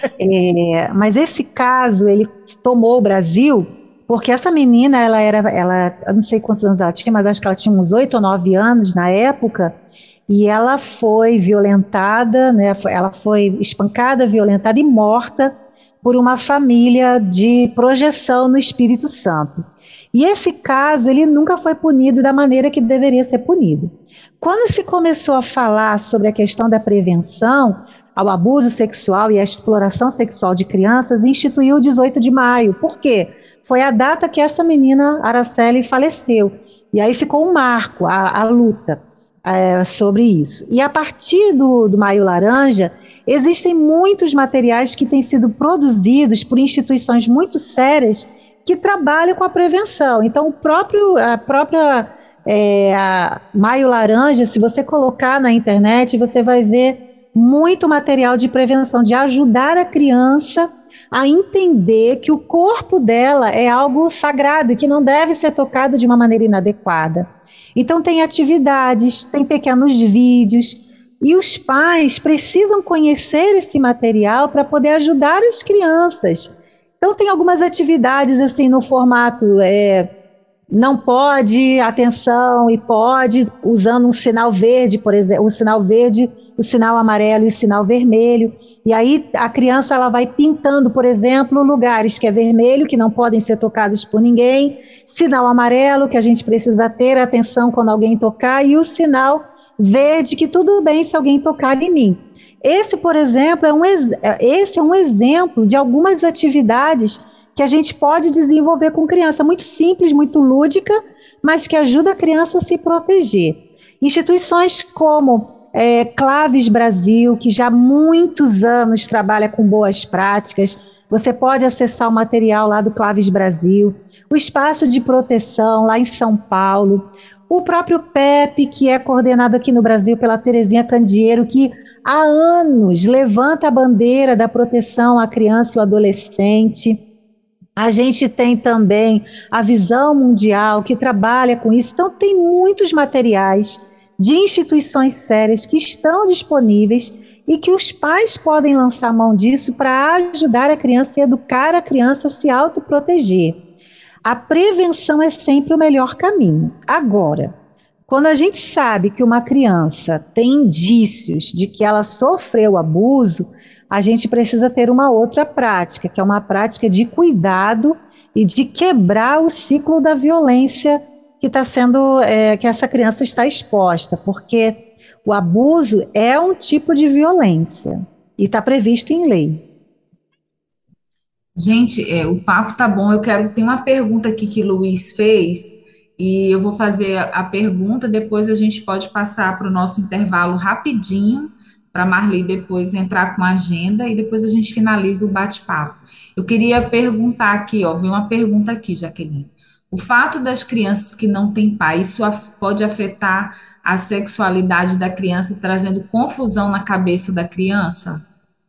É, mas esse caso, ele tomou o Brasil, porque essa menina, ela era, ela, eu não sei quantos anos ela tinha, mas acho que ela tinha uns oito ou nove anos na época, e ela foi violentada, né? Ela foi espancada, violentada e morta por uma família de projeção no Espírito Santo. E esse caso, ele nunca foi punido da maneira que deveria ser punido. Quando se começou a falar sobre a questão da prevenção ao abuso sexual e à exploração sexual de crianças, instituiu o dezoito de maio. Por quê? Foi a data que essa menina, Araceli, faleceu. E aí ficou um marco, a, a luta é, sobre isso. E a partir do, do Maio Laranja, existem muitos materiais que têm sido produzidos por instituições muito sérias que trabalham com a prevenção. Então, o próprio, a própria é, a Maio Laranja, se você colocar na internet, você vai ver muito material de prevenção, de ajudar a criança a entender que o corpo dela é algo sagrado e que não deve ser tocado de uma maneira inadequada. Então, tem atividades, tem pequenos vídeos, e os pais precisam conhecer esse material para poder ajudar as crianças. Então, tem algumas atividades assim no formato é, não pode, atenção, e pode, usando um sinal verde, por exemplo, o sinal verde, o sinal amarelo e o sinal vermelho. E aí a criança ela vai pintando, por exemplo, lugares que é vermelho, que não podem ser tocados por ninguém, sinal amarelo, que a gente precisa ter atenção quando alguém tocar, e o sinal verde, que tudo bem se alguém tocar em mim. Esse, por exemplo, é um, esse é um exemplo de algumas atividades que a gente pode desenvolver com criança, muito simples, muito lúdica, mas que ajuda a criança a se proteger. Instituições como é, Claves Brasil, que já há muitos anos trabalha com boas práticas, você pode acessar o material lá do Claves Brasil, o Espaço de Proteção lá em São Paulo, o próprio P E P, que é coordenado aqui no Brasil pela Terezinha Candeeiro, que há anos levanta a bandeira da proteção à criança e ao adolescente. A gente tem também a Visão Mundial, que trabalha com isso. Então, tem muitos materiais de instituições sérias que estão disponíveis e que os pais podem lançar mão disso para ajudar a criança e educar a criança a se autoproteger. A prevenção é sempre o melhor caminho. Agora, quando a gente sabe que uma criança tem indícios de que ela sofreu abuso, a gente precisa ter uma outra prática, que é uma prática de cuidado e de quebrar o ciclo da violência que está sendo, é, que essa criança está exposta, porque o abuso é um tipo de violência e está previsto em lei. Gente, é, o papo tá bom. Eu quero, tem uma pergunta aqui que o Luiz fez, e eu vou fazer a, a pergunta, depois a gente pode passar para o nosso intervalo rapidinho, para a Marli depois entrar com a agenda, e depois a gente finaliza o bate-papo. Eu queria perguntar aqui, ó, veio uma pergunta aqui, Jaqueline. O fato das crianças que não têm pai, isso af- pode afetar a sexualidade da criança, trazendo confusão na cabeça da criança?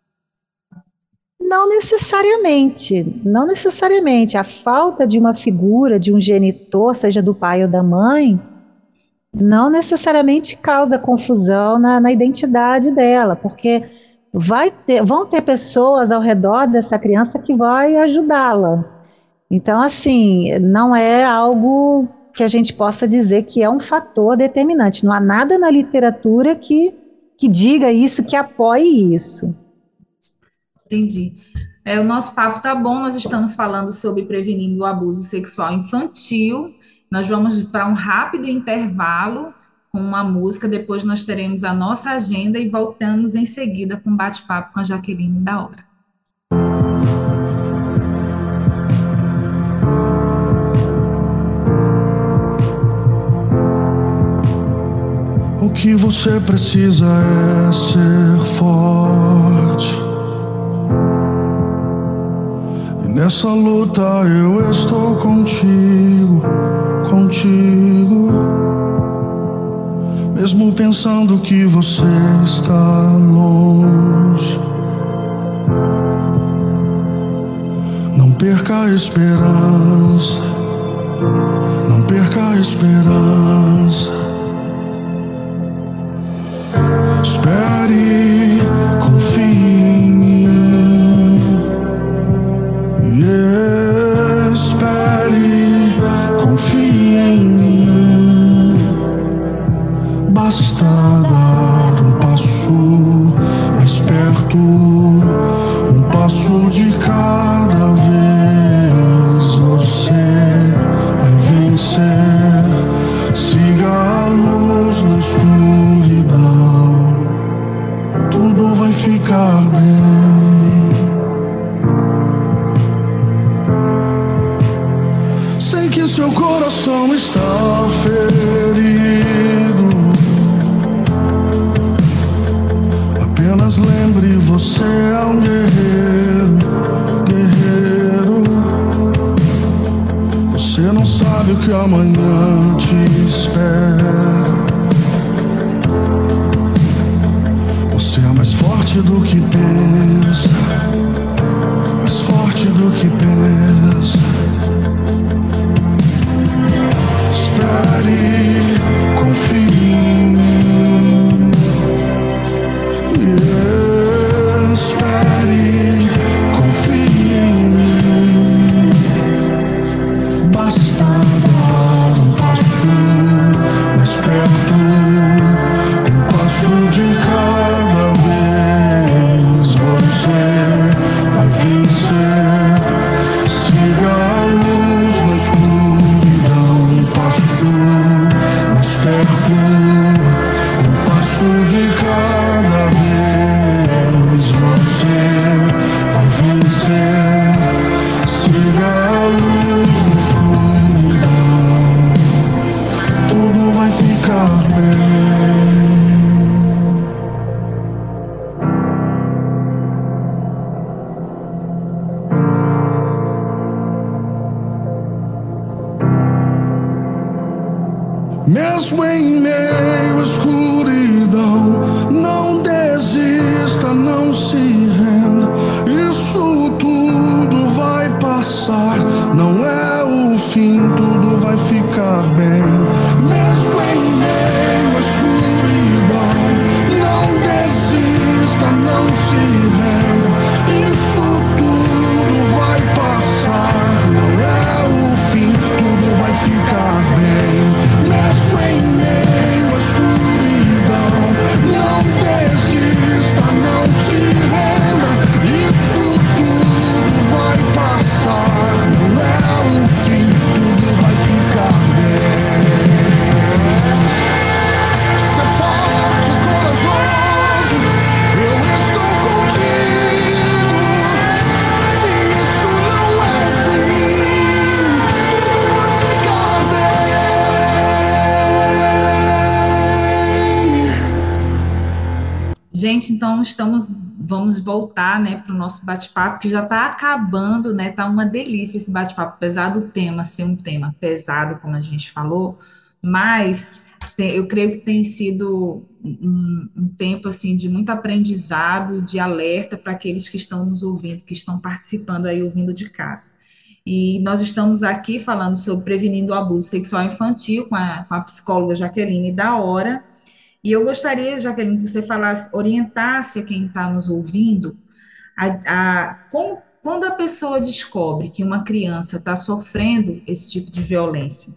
Não necessariamente, não necessariamente. A falta de uma figura, de um genitor, seja do pai ou da mãe, não necessariamente causa confusão na, na identidade dela, porque vai ter, vão ter pessoas ao redor dessa criança que vai ajudá-la. Então, assim, não é algo que a gente possa dizer que é um fator determinante. Não há nada na literatura que, que diga isso, que apoie isso. Entendi. É, o nosso papo tá bom, nós estamos falando sobre prevenindo o abuso sexual infantil. Nós vamos para um rápido intervalo com uma música, depois nós teremos a nossa agenda e voltamos em seguida com um bate-papo com a Jaqueline da Hora. O que você precisa é ser forte. E nessa luta eu estou contigo, contigo. Mesmo pensando que você está longe, não perca a esperança, não perca a esperança. Espere, confie em mim. Yeah, espere, confie em mim. Basta dar um passo mais perto, um passo de cada vez. Você vai vencer. Siga a luz na escuridão, tudo vai ficar bem. Sei que seu coração está ferido. Apenas lembre, você é um guerreiro, guerreiro. Você não sabe o que amanhã te espera. Você é mais forte do que pensa, mais forte do que pensa. Espere, confie em mim. Yeah, espere, confie em mim. Basta dar um passo mais perto, um passo de cada vez. Você vai vencer. Siga a luz na escuridão, um passo mais perto, um passo de cada vez. Você vai vencer. Siga a luz na escuridão, tudo vai ficar bem. Mesmo em meio à escuridão, não desista, não se renda. Isso tudo vai passar, não é o fim, tudo vai ficar bem. Mesmo em meio à escuridão, não desista, não se renda. Isso tudo vai passar, não é o fim, tudo vai ficar bem. Mesmo em meio à escuridão, não desista, não se renda. Isso tudo vai passar, não é o fim, tudo vai ficar bem. Ser forte, corajoso, eu estou contigo. E isso não é o fim, tudo vai ficar bem. Gente, então estamos, vamos voltar, né, para o nosso bate-papo, que já está acabando, né? Tá uma delícia esse bate-papo, apesar do tema ser um tema pesado, como a gente falou, mas te- eu creio que tem sido um, um tempo assim de muito aprendizado, de alerta para aqueles que estão nos ouvindo, que estão participando aí, ouvindo de casa. E nós estamos aqui falando sobre prevenindo o abuso sexual infantil com a, com a psicóloga Jaqueline da Hora. E eu gostaria, Jaqueline, que você falasse, orientasse a quem está nos ouvindo a, a como quando a pessoa descobre que uma criança está sofrendo esse tipo de violência,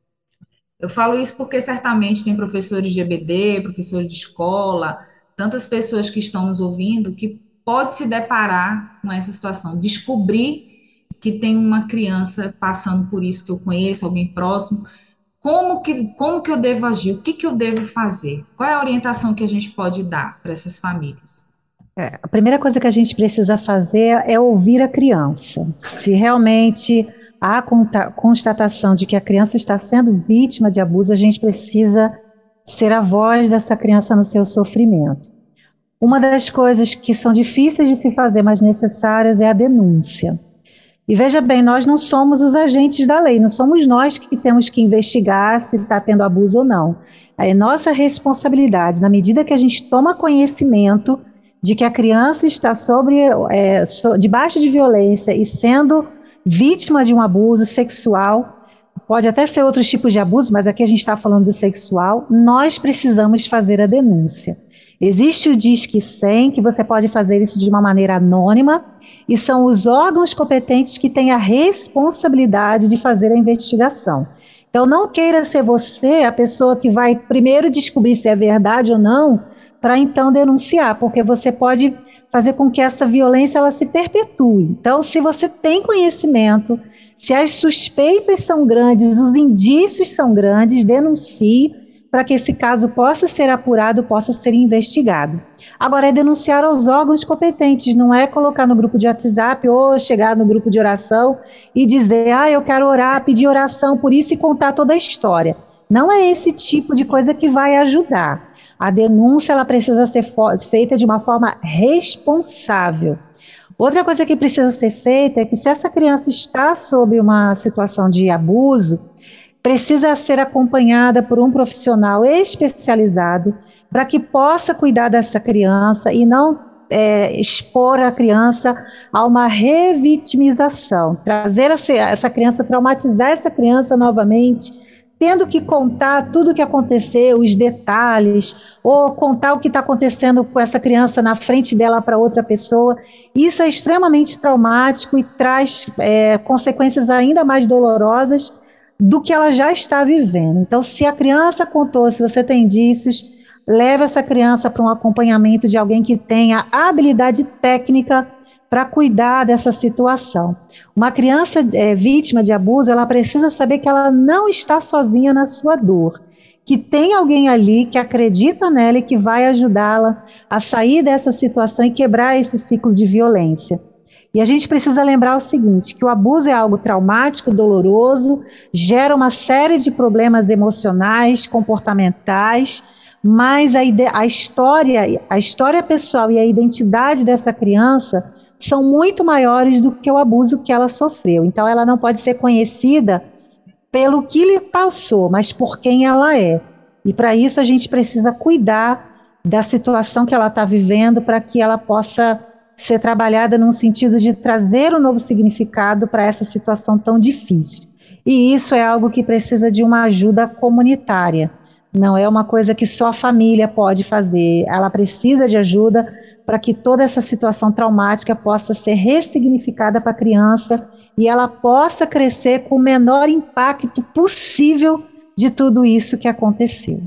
eu falo isso porque certamente tem professores de E B D, professores de escola, tantas pessoas que estão nos ouvindo que pode se deparar com essa situação, descobrir que tem uma criança passando por isso que eu conheço, alguém próximo, como que, como que eu devo agir, o que que eu devo fazer? Qual é a orientação que a gente pode dar para essas famílias? É, a primeira coisa que a gente precisa fazer é ouvir a criança. Se realmente há conta- constatação de que a criança está sendo vítima de abuso, a gente precisa ser a voz dessa criança no seu sofrimento. Uma das coisas que são difíceis de se fazer, mas necessárias, é a denúncia. E veja bem, nós não somos os agentes da lei, não somos nós que temos que investigar se está tendo abuso ou não. É nossa responsabilidade, na medida que a gente toma conhecimento de que a criança está sobre, é, so, debaixo de violência e sendo vítima de um abuso sexual, pode até ser outros tipos de abuso, mas aqui a gente está falando do sexual, nós precisamos fazer a denúncia. Existe o Disque cem, que você pode fazer isso de uma maneira anônima, e são os órgãos competentes que têm a responsabilidade de fazer a investigação. Então, não queira ser você a pessoa que vai primeiro descobrir se é verdade ou não, para então denunciar, porque você pode fazer com que essa violência ela se perpetue. Então, se você tem conhecimento, se as suspeitas são grandes, os indícios são grandes, denuncie, para que esse caso possa ser apurado, possa ser investigado. Agora, é denunciar aos órgãos competentes, não é colocar no grupo de WhatsApp ou chegar no grupo de oração e dizer, ah, eu quero orar, pedir oração por isso e contar toda a história. Não é esse tipo de coisa que vai ajudar. A denúncia ela precisa ser feita de uma forma responsável. Outra coisa que precisa ser feita é que se essa criança está sob uma situação de abuso, precisa ser acompanhada por um profissional especializado para que possa cuidar dessa criança e não é, expor a criança a uma revitimização, trazer essa, essa criança, traumatizar essa criança novamente, tendo que contar tudo o que aconteceu, os detalhes, ou contar o que está acontecendo com essa criança na frente dela para outra pessoa. Isso é extremamente traumático e traz é, consequências ainda mais dolorosas do que ela já está vivendo. Então, se a criança contou, se você tem indícios, leve essa criança para um acompanhamento de alguém que tenha habilidade técnica para cuidar dessa situação. Uma criança é, vítima de abuso, ela precisa saber que ela não está sozinha na sua dor, que tem alguém ali que acredita nela e que vai ajudá-la a sair dessa situação e quebrar esse ciclo de violência. E a gente precisa lembrar o seguinte, que o abuso é algo traumático, doloroso, gera uma série de problemas emocionais, comportamentais, mas a, ide- a história, a história pessoal e a identidade dessa criança são muito maiores do que o abuso que ela sofreu. Então, ela não pode ser conhecida pelo que lhe passou, mas por quem ela é. E para isso a gente precisa cuidar da situação que ela está vivendo para que ela possa ser trabalhada num sentido de trazer um novo significado para essa situação tão difícil. E isso é algo que precisa de uma ajuda comunitária. Não é uma coisa que só a família pode fazer. Ela precisa de ajuda para que toda essa situação traumática possa ser ressignificada para a criança e ela possa crescer com o menor impacto possível de tudo isso que aconteceu.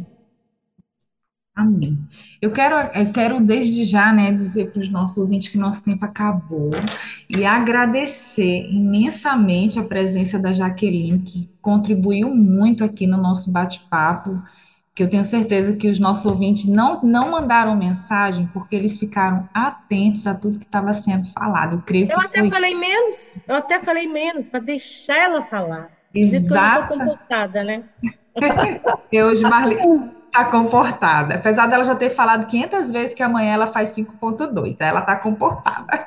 Amém. Eu quero, eu quero desde já, né, dizer para os nossos ouvintes que nosso tempo acabou e agradecer imensamente a presença da Jaqueline, que contribuiu muito aqui no nosso bate-papo, que eu tenho certeza que os nossos ouvintes não, não mandaram mensagem porque eles ficaram atentos a tudo que estava sendo falado. Eu creio Eu que até foi falei menos, eu até falei menos para deixar ela falar. Dizendo que hoje eu estou exata. comportada, né? E hoje Marli está comportada. Apesar dela já ter falado quinhentas vezes que amanhã ela faz cinco ponto dois, ela está comportada.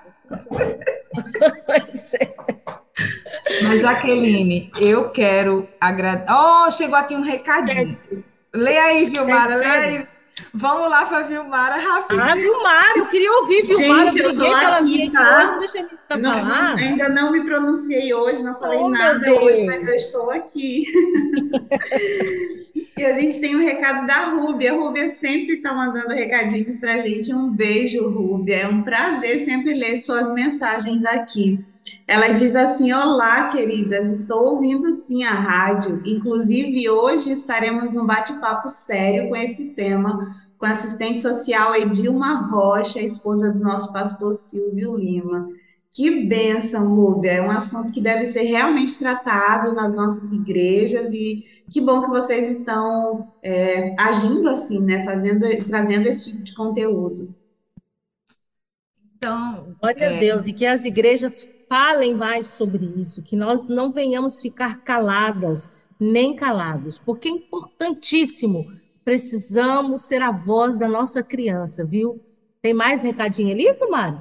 Pois é. Mas, Jaqueline, eu quero agradecer. Oh, chegou aqui um recadinho. Lê aí, Vilmara, lê aí. Vamos lá para a Vilmara rapidinho. Ah, Vilmara, eu queria ouvir Vilmara. Gente, Eu eu tô briguei para ela aqui, vir aqui tá? hoje, não deixa a menina Não, não, falar. ainda não me pronunciei hoje, não falei Oh, meu nada hoje, mas Deus. eu estou aqui. E a gente tem um recado da Rúbia. A Rúbia sempre está mandando recadinhos para a gente. Um beijo, Rúbia. É um prazer sempre ler suas mensagens aqui. Ela diz assim: Olá, queridas, estou ouvindo sim a rádio. Inclusive, hoje estaremos no bate-papo sério com esse tema, com a assistente social Edilma Rocha, esposa do nosso pastor Silvio Lima. Que bênção, Rúbia. É um assunto que deve ser realmente tratado nas nossas igrejas e que bom que vocês estão é, agindo assim, né? Fazendo, trazendo esse tipo de conteúdo. Então, Glória a é, Deus, e que as igrejas falem mais sobre isso, que nós não venhamos ficar caladas, nem calados, porque é importantíssimo, precisamos ser a voz da nossa criança, viu? Tem mais recadinho ali, Mário?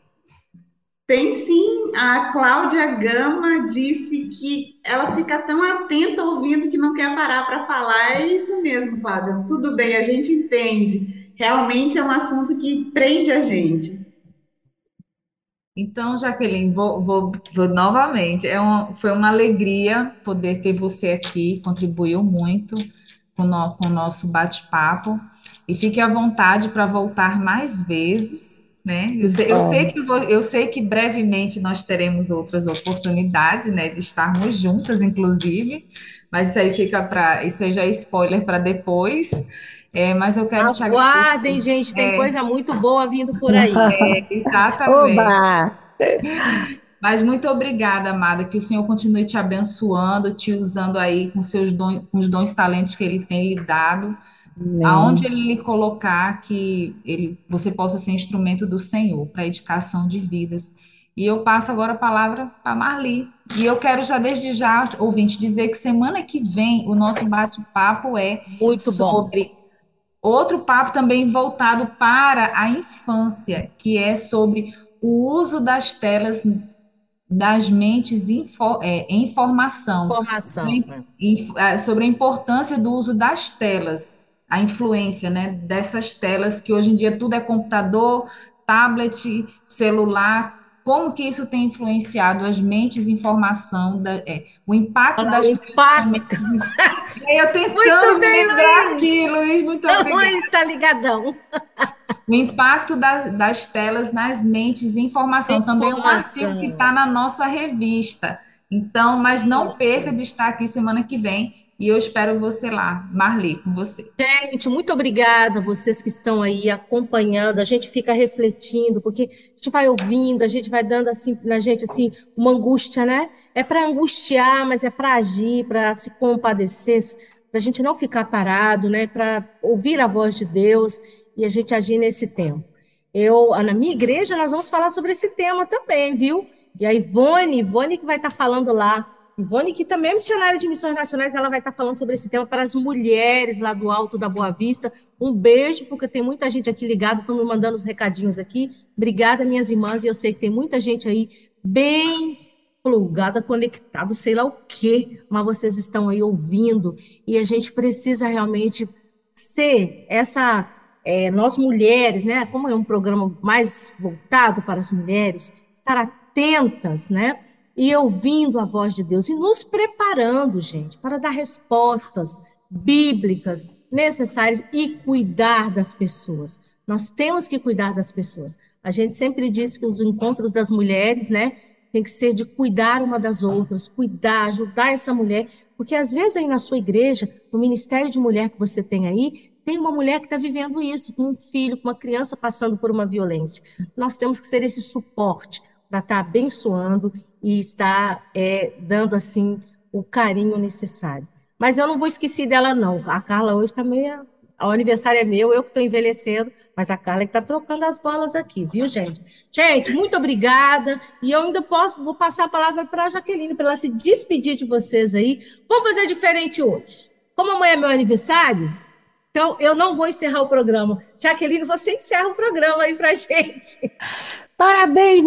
Tem sim, a Cláudia Gama disse que ela fica tão atenta ouvindo que não quer parar para falar. É isso mesmo, Cláudia. Tudo bem, a gente entende. Realmente é um assunto que prende a gente. então, Jaqueline, vou, vou- vou novamente. É uma- foi uma alegria poder ter você aqui, contribuiu muito com, o no- com o nosso bate-papo. E fique à vontade para voltar mais vezes, né? Eu sei, eu sei que, vo- eu sei que brevemente nós teremos outras oportunidades, né, de estarmos juntas, inclusive, mas isso aí fica para, isso aí já é spoiler para depois. É, mas eu quero te Aguardem, agradecer. gente, tem É, coisa muito boa vindo por aí. exatamente. Oba! Mas muito obrigada, amada, que o Senhor continue te abençoando, te usando aí com seus dons, com os dons e talentos que Ele tem lhe dado, aonde Amém. Ele lhe colocar, que ele, você possa ser instrumento do Senhor para a edificação de vidas. E eu passo agora a palavra para Marli. E eu quero já desde já, ouvinte, dizer que semana que vem o nosso bate-papo é Muito bom. sobre outro papo também voltado para a infância, que é sobre o uso das telas das mentes info, é, em formação, Informação. Né? é, sobre a importância do uso das telas, a influência, né, dessas telas, que hoje em dia tudo é computador, tablet, celular, como que isso tem influenciado as mentes em formação, da, é, o impacto Olha lá, o das telas nas impacto. mentes. Eu Muito tentando me bem, lembrar Luiz. aqui, Luiz, muito Luiz obrigada. está ligadão. O impacto das, das telas nas mentes em formação. Também é um artigo que está Informação. na nossa revista. Então, mas não perca Isso. de estar aqui semana que vem. E eu espero você lá, Marli, com você. Gente, muito obrigada a vocês que estão aí acompanhando. A gente fica refletindo, porque a gente vai ouvindo, a gente vai dando assim na gente assim uma angústia, né? É para angustiar, mas é para agir, para se compadecer, para a gente não ficar parado, né? Para ouvir a voz de Deus e a gente agir nesse tempo. Eu, na minha igreja, nós vamos falar sobre esse tema também, viu? E a Ivone, Ivone que vai estar falando lá. Ivone, que também é missionária de missões nacionais, ela vai estar falando sobre esse tema para as mulheres lá do Alto da Boa Vista. Um beijo, porque tem muita gente aqui ligada, estão me mandando os recadinhos aqui. Obrigada, minhas irmãs, e eu sei que tem muita gente aí bem plugada, conectada, sei lá o quê, mas vocês estão aí ouvindo, e a gente precisa realmente ser essa, é, nós mulheres, né? Como é um programa mais voltado para as mulheres, estar atentas, né? E ouvindo a voz de Deus e nos preparando, gente, para dar respostas bíblicas necessárias e cuidar das pessoas. Nós temos que cuidar das pessoas. A gente sempre diz que os encontros das mulheres, né, tem que ser de cuidar uma das outras, cuidar, ajudar essa mulher, porque às vezes aí na sua igreja, no ministério de mulher que você tem aí, tem uma mulher que está vivendo isso, com um filho, com uma criança passando por uma violência. Nós temos que ser esse suporte para estar abençoando e estar é, dando assim o carinho necessário. Mas eu não vou esquecer dela, não. A Carla hoje está meio. O aniversário é meu, eu que estou envelhecendo, mas a Carla é que está trocando as bolas aqui, viu, gente? Gente, muito obrigada. E eu ainda posso, vou passar a palavra para a Jaqueline, para ela se despedir de vocês aí. Vamos fazer diferente hoje. Como amanhã é meu aniversário, então eu não vou encerrar o programa. Jaqueline, você encerra o programa aí para gente. Parabéns,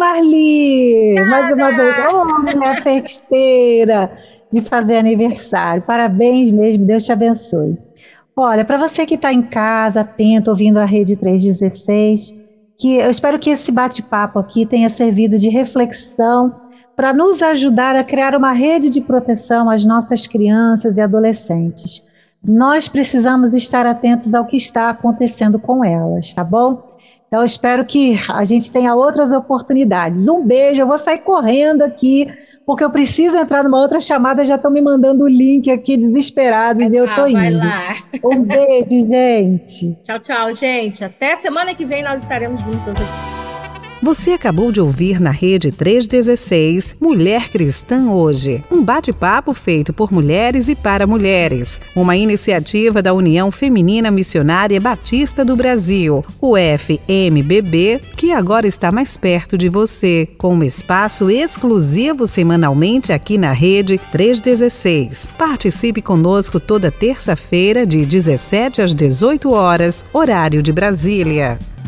Marli! Mais uma vez, ô mulher festeira de fazer aniversário. Parabéns mesmo, Deus te abençoe. Olha, para você que está em casa, atento, ouvindo a Rede trezentos e dezesseis, que eu espero que esse bate-papo aqui tenha servido de reflexão para nos ajudar a criar uma rede de proteção às nossas crianças e adolescentes. nós precisamos estar atentos ao que está acontecendo com elas, tá bom? Então, eu espero que a gente tenha outras oportunidades. Um beijo, eu vou sair correndo aqui, porque eu preciso entrar numa outra chamada, já estão me mandando o link aqui, desesperados, e eu estou indo. Vai lá. Um beijo, gente. Tchau, tchau, gente. Até semana que vem nós estaremos juntas aqui. Você acabou de ouvir na Rede trezentos e dezesseis Mulher Cristã Hoje, um bate-papo feito por mulheres e para mulheres, uma iniciativa da União Feminina Missionária Batista do Brasil, o F M B B, que agora está mais perto de você, com um espaço exclusivo semanalmente aqui na Rede trezentos e dezesseis. Participe conosco toda terça-feira de dezessete às dezoito horas, horário de Brasília.